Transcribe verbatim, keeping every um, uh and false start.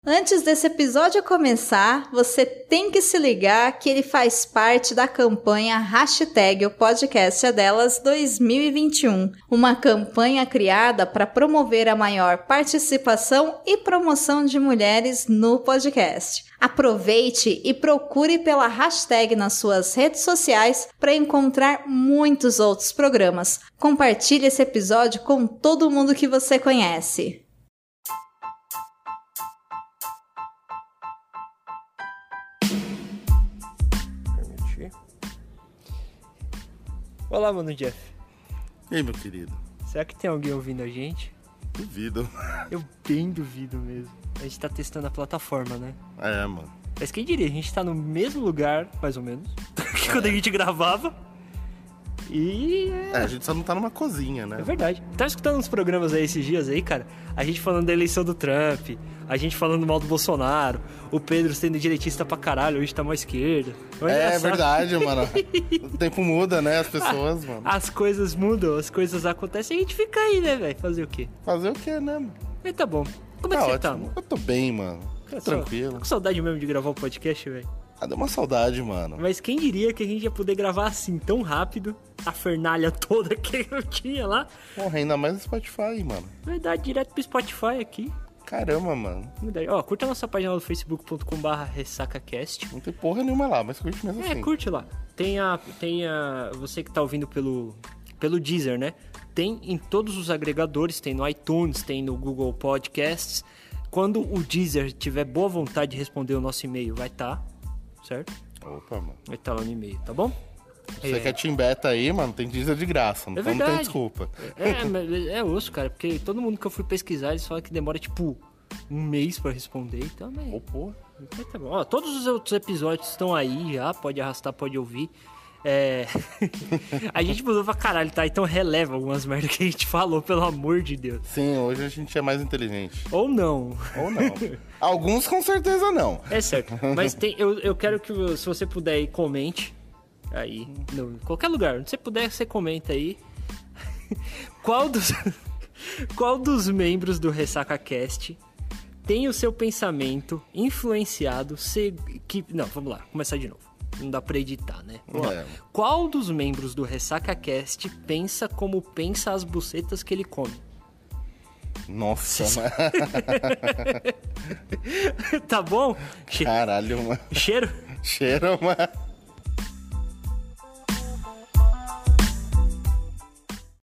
Antes desse episódio começar, você tem que se ligar que ele faz parte da campanha Hashtag o Podcast é Delas dois mil e vinte e um, uma campanha criada para promover a maior participação e promoção de mulheres no podcast. Aproveite e procure pela hashtag nas suas redes sociais para encontrar muitos outros programas. Compartilhe esse episódio com todo mundo que você conhece. Olá, mano Jeff. E aí, meu querido? Será que tem alguém ouvindo a gente? Duvido. Eu bem duvido mesmo. A gente tá testando a plataforma, né? É, mano. Mas quem diria, a gente tá no mesmo lugar, mais ou menos, que quando a gente gravava. E... É, a gente só não tá numa cozinha, né? É verdade. Tava escutando uns programas aí esses dias aí, cara. A gente falando da eleição do Trump, a gente falando mal do Bolsonaro, o Pedro sendo direitista pra caralho, hoje tá mais esquerda. É, é verdade, mano. O tempo muda, né? As pessoas, ah, mano. As coisas mudam, as coisas acontecem e a gente fica aí, né, velho? Fazer o quê? Fazer o quê, né, mano? Mas tá bom. Como é tá que você ótimo. tá, mano? Eu tô bem, mano. Tô tranquilo. Tô com saudade mesmo de gravar o podcast, velho. Ah, deu uma saudade, mano. Mas quem diria que a gente ia poder gravar assim, tão rápido, a fernalha toda que eu tinha lá. Porra, ainda mais no Spotify, mano. Verdade, direto pro Spotify aqui. Caramba, mano. Verdade. Ó, curta a nossa página no facebook ponto com barra ressacacast. Não tem porra nenhuma lá, mas curte mesmo é, assim. É, curte lá. Tem a, tem a... Você que tá ouvindo pelo, pelo Deezer, né? Tem em todos os agregadores, tem no iTunes, tem no Google Podcasts. Quando o Deezer tiver boa vontade de responder o nosso e-mail, vai estar, tá, certo? Opa, mano. Vai estar tá lá no e-mail, tá bom? Você é. quer Team Beta aí, mano, tem Deezer de graça, é então não tem desculpa. É, mas é osso, cara, porque todo mundo que eu fui pesquisar, eles falam que demora, tipo, um mês pra responder, então... Mas... Oh, porra. Mas tá bom. Ó, todos os outros episódios estão aí já, pode arrastar, pode ouvir. É... a gente mudou pra caralho, tá? Então releva algumas merdas que a gente falou, pelo amor de Deus. Sim, hoje a gente é mais inteligente. Ou não. Ou não. Alguns com certeza não. É certo. Mas tem, eu, eu quero que, se você puder ir, comente aí, no qualquer lugar. Se você puder, você comenta aí. Qual dos, qual dos membros do RessacaCast tem o seu pensamento influenciado... Se, que, não, vamos lá, começar de novo. Não dá pra editar, né? É. Qual dos membros do RessacaCast pensa como pensa as bucetas que ele come? Nossa, mano. Tá bom? Caralho, mano. Cheiro? Cheiro, mano.